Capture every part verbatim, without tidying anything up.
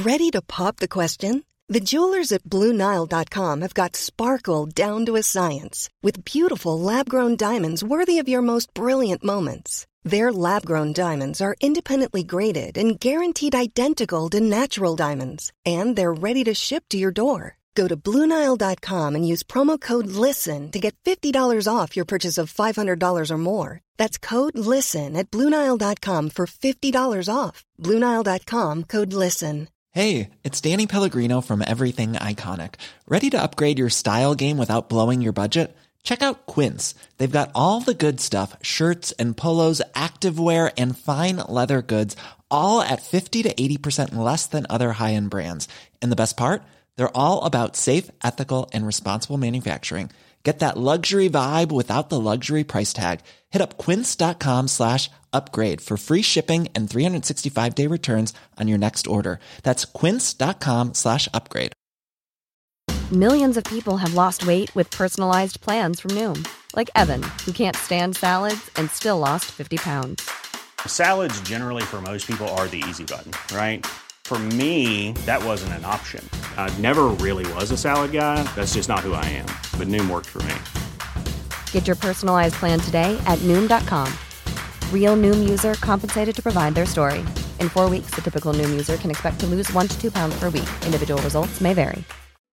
Ready to pop the question? The jewelers at Blue Nile dot com have got sparkle down to a science with beautiful lab-grown diamonds worthy of your most brilliant moments. Their lab-grown diamonds are independently graded and guaranteed identical to natural diamonds, and they're ready to ship to your door. Go to Blue Nile dot com and use promo code LISTEN to get fifty dollars off your purchase of five hundred dollars or more. That's code LISTEN at Blue Nile dot com for fifty dollars off. Blue Nile dot com, code LISTEN. Hey, it's Danny Pellegrino from Everything Iconic. Ready to upgrade your style game without blowing your budget? Check out Quince. They've got all the good stuff, shirts and polos, activewear, and fine leather goods, all at fifty to eighty percent less than other high-end brands. And the best part? They're all about safe, ethical, and responsible manufacturing. Get that luxury vibe without the luxury price tag. Hit up quince.com slash upgrade for free shipping and three sixty-five day returns on your next order. That's quince.com slash upgrade. Millions of people have lost weight with personalized plans from Noom. Like Evan, who can't stand salads and still lost fifty pounds. Salads generally for most people are the easy button, right? For me, that wasn't an option. I never really was a salad guy. That's just not who I am. But Noom worked for me. Get your personalized plan today at Noom dot com. Real Noom user compensated to provide their story. In four weeks, the typical Noom user can expect to lose one to two pounds per week. Individual results may vary.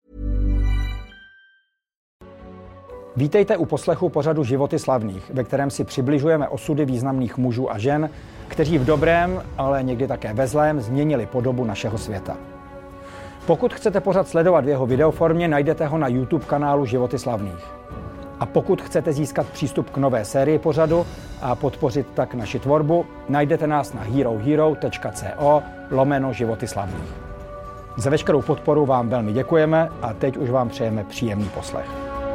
Vítejte u poslechu pořadu Životy slavných, ve kterém si přibližujeme osudy významných mužů a žen, kteří v dobrém, ale někdy také ve zlém změnili podobu našeho světa. Pokud chcete pořad sledovat v jeho videoformě, najdete ho na YouTube kanálu Životy slavných. A pokud chcete získat přístup k nové sérii pořadu a podpořit tak naši tvorbu, najdete nás na herohero tečka co lomeno Životy slavných. Za veškerou podporu vám velmi děkujeme a teď už vám přejeme příjemný poslech.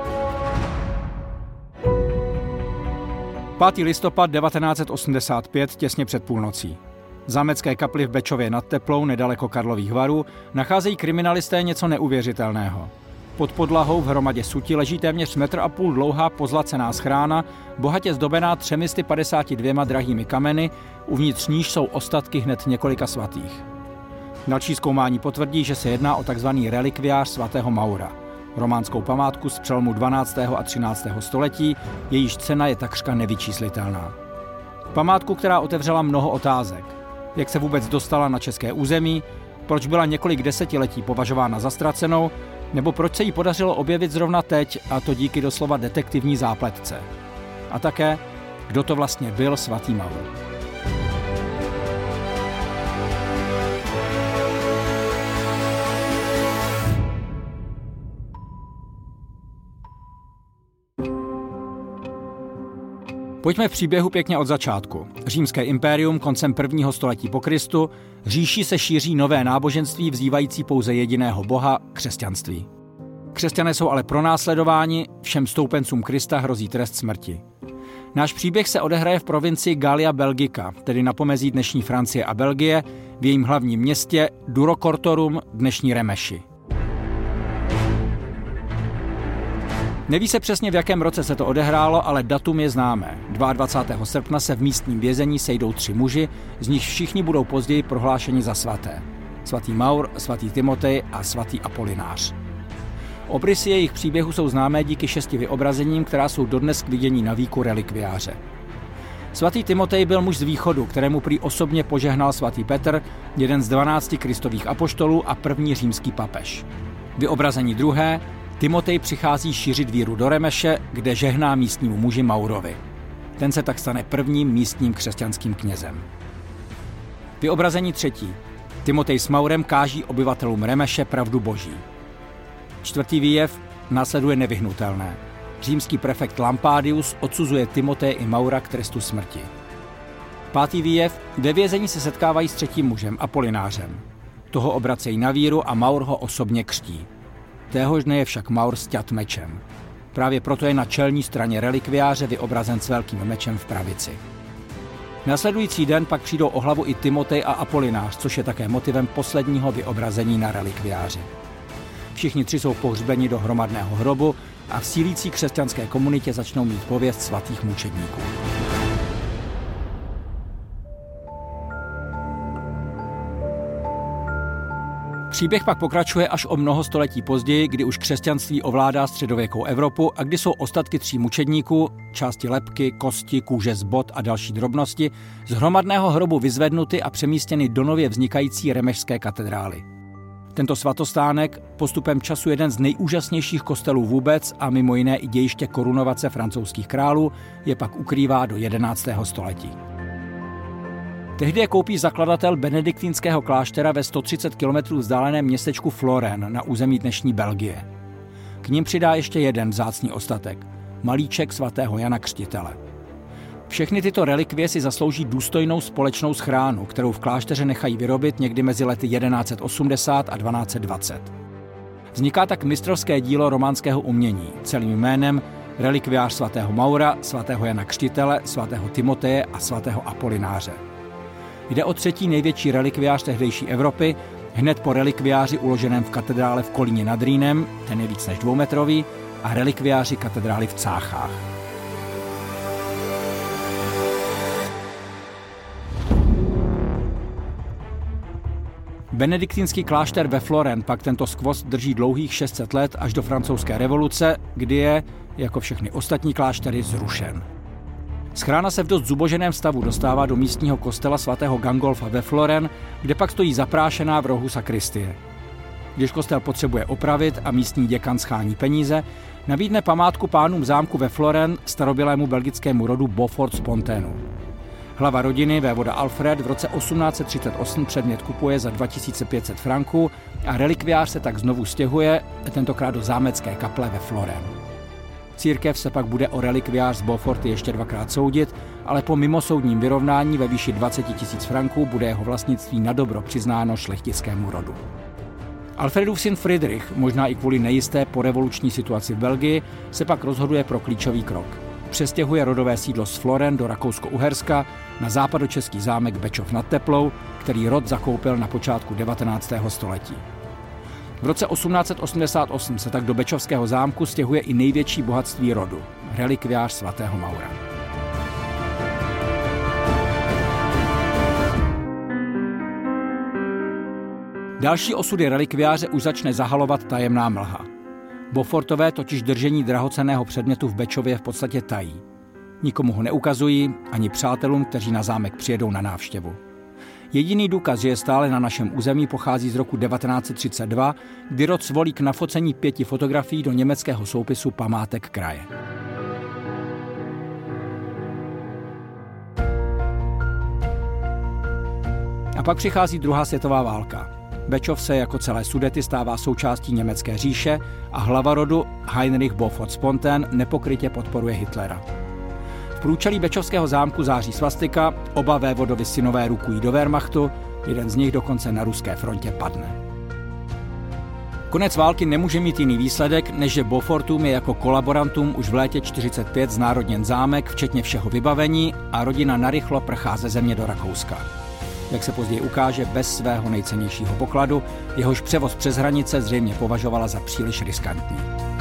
pátý listopad devatenáct set osmdesát pět, těsně před půlnocí. V zámecké kapli v Bečově nad Teplou, nedaleko Karlových Varů, nacházejí kriminalisté něco neuvěřitelného. Pod podlahou v hromadě suti leží téměř metr a půl dlouhá pozlacená schrána, bohatě zdobená třemi sty padesáti dvěma drahými kameny, uvnitř níž jsou ostatky hned několika svatých. Další zkoumání potvrdí, že se jedná o takzvaný relikviář svatého Maura, románskou památku z přelomu dvanáctého a třináctého století, jejíž cena je takřka nevyčíslitelná. Památku, která otevřela mnoho otázek. Jak se vůbec dostala na české území, proč byla několik desetiletí považována za ztracenou, nebo proč se jí podařilo objevit zrovna teď, a to díky doslova detektivní zápletce. A také, kdo to vlastně byl svatý Maur. Pojďme v příběhu pěkně od začátku. Římské impérium koncem prvního století po Kristu, říši se šíří nové náboženství vzývající pouze jediného boha, křesťanství. Křesťané jsou ale pronásledováni, všem stoupencům Krista hrozí trest smrti. Náš příběh se odehraje v provincii Gallia Belgica, tedy na pomezí dnešní Francie a Belgie, v jejím hlavním městě Durocortorum, dnešní Remeši. Neví se přesně, v jakém roce se to odehrálo, ale datum je známé. dvacátého druhého srpna se v místním vězení sejdou tři muži, z nich všichni budou později prohlášeni za svaté. Svatý Maur, svatý Timotej a svatý Apolinář. Obrysy jejich příběhu jsou známé díky šesti vyobrazením, která jsou dodnes k vidění na víku relikviáře. Svatý Timotej byl muž z východu, kterému prý osobně požehnal svatý Petr, jeden z dvanácti Kristových apoštolů a první římský papež. Vyobrazení druhé, Timotej přichází šířit víru do Remeše, kde žehná místnímu muži Maurovi. Ten se tak stane prvním místním křesťanským knězem. Vyobrazení třetí. Timotej s Maurem káží obyvatelům Remeše pravdu boží. Čtvrtý výjev následuje nevyhnutelné. Římský prefekt Lampadius odsuzuje Timoteje i Maura k trestu smrti. Pátý výjev. Ve vězení se setkávají s třetím mužem, Apolinářem. Toho obracejí na víru a Maur ho osobně křtí. Téhož dne je však Maur sťat mečem. Právě proto je na čelní straně relikviáře vyobrazen s velkým mečem v pravici. Následující den pak přijdou o hlavu i Timotej a Apolinář, což je také motivem posledního vyobrazení na relikviáři. Všichni tři jsou pohřbeni do hromadného hrobu a v sílící křesťanské komunitě začnou mít pověst svatých mučedníků. Příběh pak pokračuje až o mnoho století později, kdy už křesťanství ovládá středověkou Evropu a kdy jsou ostatky tří mučedníků, části lebky, kosti, kůže z bot a další drobnosti, z hromadného hrobu vyzvednuty a přemístěny do nově vznikající remešské katedrály. Tento svatostánek, postupem času jeden z nejúžasnějších kostelů vůbec a mimo jiné i dějiště korunovace francouzských králů, je pak ukrývá do jedenáctého století. Tehdy je koupí zakladatel benediktínského kláštera ve sto třicet kilometrů vzdáleném městečku Florence na území dnešní Belgie. K nim přidá ještě jeden vzácný ostatek, malíček svatého Jana Křtitele. Všechny tyto relikvie si zaslouží důstojnou společnou schránu, kterou v klášteře nechají vyrobit někdy mezi lety jedenáct osmdesát a dvanáct dvacet. Vzniká tak mistrovské dílo románského umění, celým jménem relikviář svatého Maura, svatého Jana Křtitele, svatého Timoteje a svatého Apolináře. Jde o třetí největší relikviář tehdejší Evropy, hned po relikviáři uloženém v katedrále v Kolíně nad Rýnem, ten je víc než dvoumetrový, a relikviáři katedrály v Cáchách. Benediktínský klášter ve Florence pak tento skvost drží dlouhých šest set let až do francouzské revoluce, kdy je, jako všechny ostatní kláštery, zrušen. Schrána se v dost zuboženém stavu dostává do místního kostela svatého Gangolfa ve Florence, kde pak stojí zaprášená v rohu sakristie. Když kostel potřebuje opravit a místní děkan schání peníze, nabídne památku pánům zámku ve Florence starobilému belgickému rodu Beaufort-Spontenu. Hlava rodiny, vévoda Alfred, v roce osmnáct set třicet osm předmět kupuje za dva tisíce pět set franků a relikviář se tak znovu stěhuje, tentokrát do zámecké kaple ve Florence. Církev se pak bude o relikviář z Beauforty ještě dvakrát soudit, ale po mimosoudním vyrovnání ve výši dvacet tisíc franků bude jeho vlastnictví nadobro přiznáno šlechtickému rodu. Alfredův syn Friedrich, možná i kvůli nejisté porevoluční situaci v Belgii, se pak rozhoduje pro klíčový krok. Přestěhuje rodové sídlo z Florence do Rakousko-Uherska na západočeský zámek Bečov nad Teplou, který rod zakoupil na počátku devatenáctého století. V roce osmnáct set osmdesát osm se tak do Bečovského zámku stěhuje i největší bohatství rodu, relikviář svatého Maura. Další osudy relikviáře už začne zahalovat tajemná mlha. Beaufortové totiž držení drahocenného předmětu v Bečově v podstatě tají. Nikomu ho neukazují, ani přátelům, kteří na zámek přijedou na návštěvu. Jediný důkaz, že je stále na našem území, pochází z roku devatenáct set třicet dva, kdy rod svolí k nafocení pěti fotografií do německého soupisu Památek kraje. A pak přichází druhá světová válka. Bečov se jako celé Sudety stává součástí německé říše a hlava rodu Heinrich Beaufort-Sponten nepokrytě podporuje Hitlera. V průčelí Bečovského zámku září svastika, oba vévodovi synové rukují do Wehrmachtu, jeden z nich dokonce na ruské frontě padne. Konec války nemůže mít jiný výsledek, než že Beaufortům je jako kolaborantům už v létě čtyřicet pět znárodněn zámek, včetně všeho vybavení, a rodina narychlo prchá ze země do Rakouska. Jak se později ukáže, bez svého nejcennějšího pokladu, jehož převoz přes hranice zřejmě považovala za příliš riskantní.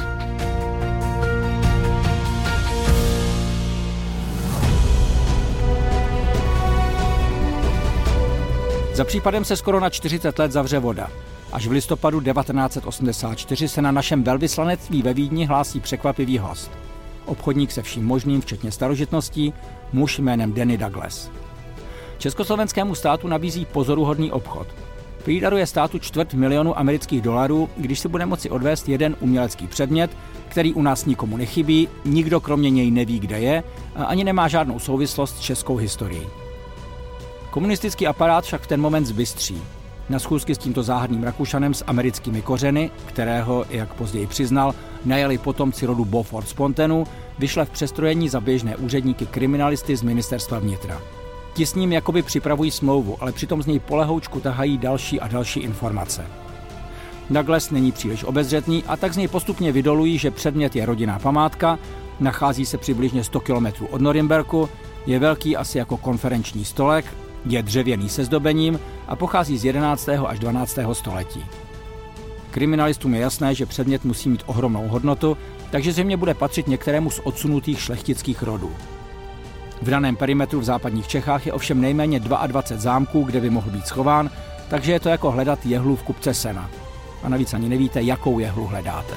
Za případem se skoro na čtyřicet let zavře voda. Až v listopadu devatenáct set osmdesát čtyři se na našem velvyslanectví ve Vídni hlásí překvapivý host. Obchodník se vším možným, včetně starožitností, muž jménem Danny Douglas. Československému státu nabízí pozoruhodný obchod. Prý daruje státu čtvrt milionu amerických dolarů, když si bude moci odvést jeden umělecký předmět, který u nás nikomu nechybí, nikdo kromě něj neví, kde je a ani nemá žádnou souvislost s českou historií. Komunistický aparát však v ten moment zbystří. Na schůzky s tímto záhadným Rakušanem s americkými kořeny, kterého, jak později přiznal, najali potomci rodu Beaufort-Spontenu, vyšle v přestrojení za běžné úředníky kriminalisty z ministerstva vnitra. Ti s ním jakoby připravují smlouvu, ale přitom z něj polehoučku tahají další a další informace. Douglas není příliš obezřetný a tak z něj postupně vydolují, že předmět je rodinná památka, nachází se přibližně sto kilometrů od Norimberku, je velký asi jako konferenční stolek, je dřevěný se zdobením a pochází z jedenáctého až dvanáctého století. Kriminalistům je jasné, že předmět musí mít ohromnou hodnotu, takže zřejmě bude patřit některému z odsunutých šlechtických rodů. V daném perimetru v západních Čechách je ovšem nejméně dvacet dva zámků, kde by mohl být schován, takže je to jako hledat jehlu v kupce sena. A navíc ani nevíte, jakou jehlu hledáte.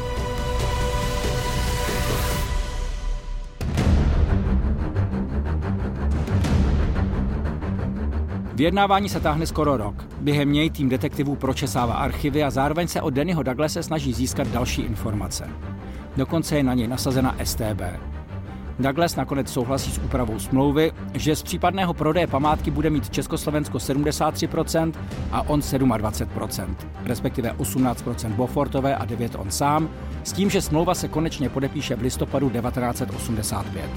Vyjednávání se táhne skoro rok. Během něj tým detektivů pročesává archivy a zároveň se od Dannyho Douglase snaží získat další informace. Dokonce je na něj nasazena S T B. Douglas nakonec souhlasí s úpravou smlouvy, že z případného prodeje památky bude mít Československo sedmdesát tři procent a on dvacet sedm procent, respektive osmnáct procent Beaufortové a devět procent on sám, s tím, že smlouva se konečně podepíše v listopadu devatenáct set osmdesát pět.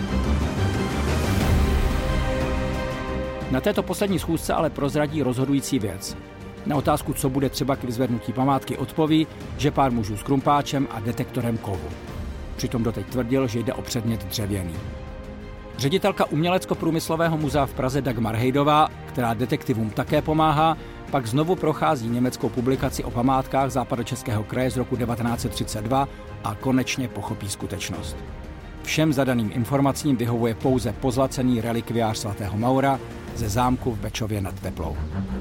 Na této poslední schůzce ale prozradí rozhodující věc. Na otázku, co bude třeba k vyzvednutí památky, odpoví, že pár mužů s krumpáčem a detektorem kovu. Přitom doteď tvrdil, že jde o předmět dřevěný. Ředitelka Umělecko-průmyslového muzea v Praze Dagmar Hejdová, která detektivům také pomáhá, pak znovu prochází německou publikaci o památkách Západočeského kraje z roku devatenáct set třicet dva a konečně pochopí skutečnost. Všem zadaným informacím vyhovuje pouze pozlacený relikviář svatého Maura ze zámku v Bečově nad Teplou.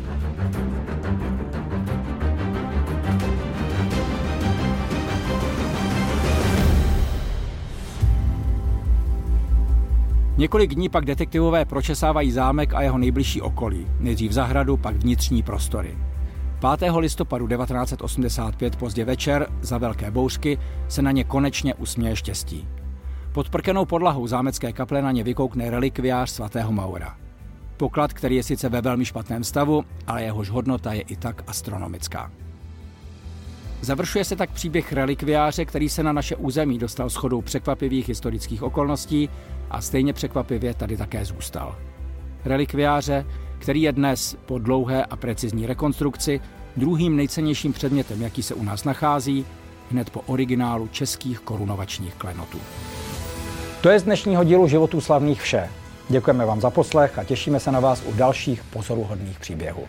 Několik dní pak detektivové pročesávají zámek a jeho nejbližší okolí, nejdřív zahradu, pak vnitřní prostory. pátého listopadu devatenáct set osmdesát pět pozdě večer, za velké bouřky, se na ně konečně usměje štěstí. Pod prkenou podlahou zámecké kaple na ně vykoukne relikviář svatého Maura. Poklad, který je sice ve velmi špatném stavu, ale jehož hodnota je i tak astronomická. Završuje se tak příběh relikviáře, který se na naše území dostal shodou překvapivých historických okolností a stejně překvapivě tady také zůstal. Relikviáře, který je dnes po dlouhé a precizní rekonstrukci druhým nejcennějším předmětem, jaký se u nás nachází, hned po originálu českých korunovačních klenotů. To je z dnešního dílu Životů slavných vše. Děkujeme vám za poslech a těšíme se na vás u dalších pozoruhodných příběhů.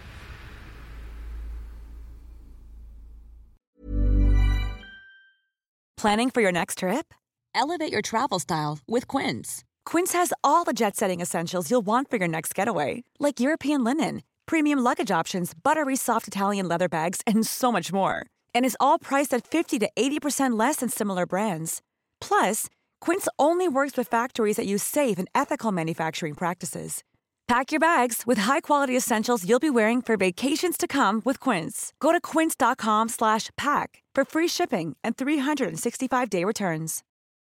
Planning for your next trip? Elevate your travel style with Quince. Quince has all the jet-setting essentials you'll want for your next getaway, like European linen, premium luggage options, buttery soft Italian leather bags, and so much more. And is all priced at fifty to eighty percent less than similar brands. Plus, Quince only works with factories that use safe and ethical manufacturing practices. Pack your bags with high-quality essentials you'll be wearing for vacations to come with Quince. Go to quince dot com slash pack for free shipping and three hundred sixty-five day returns.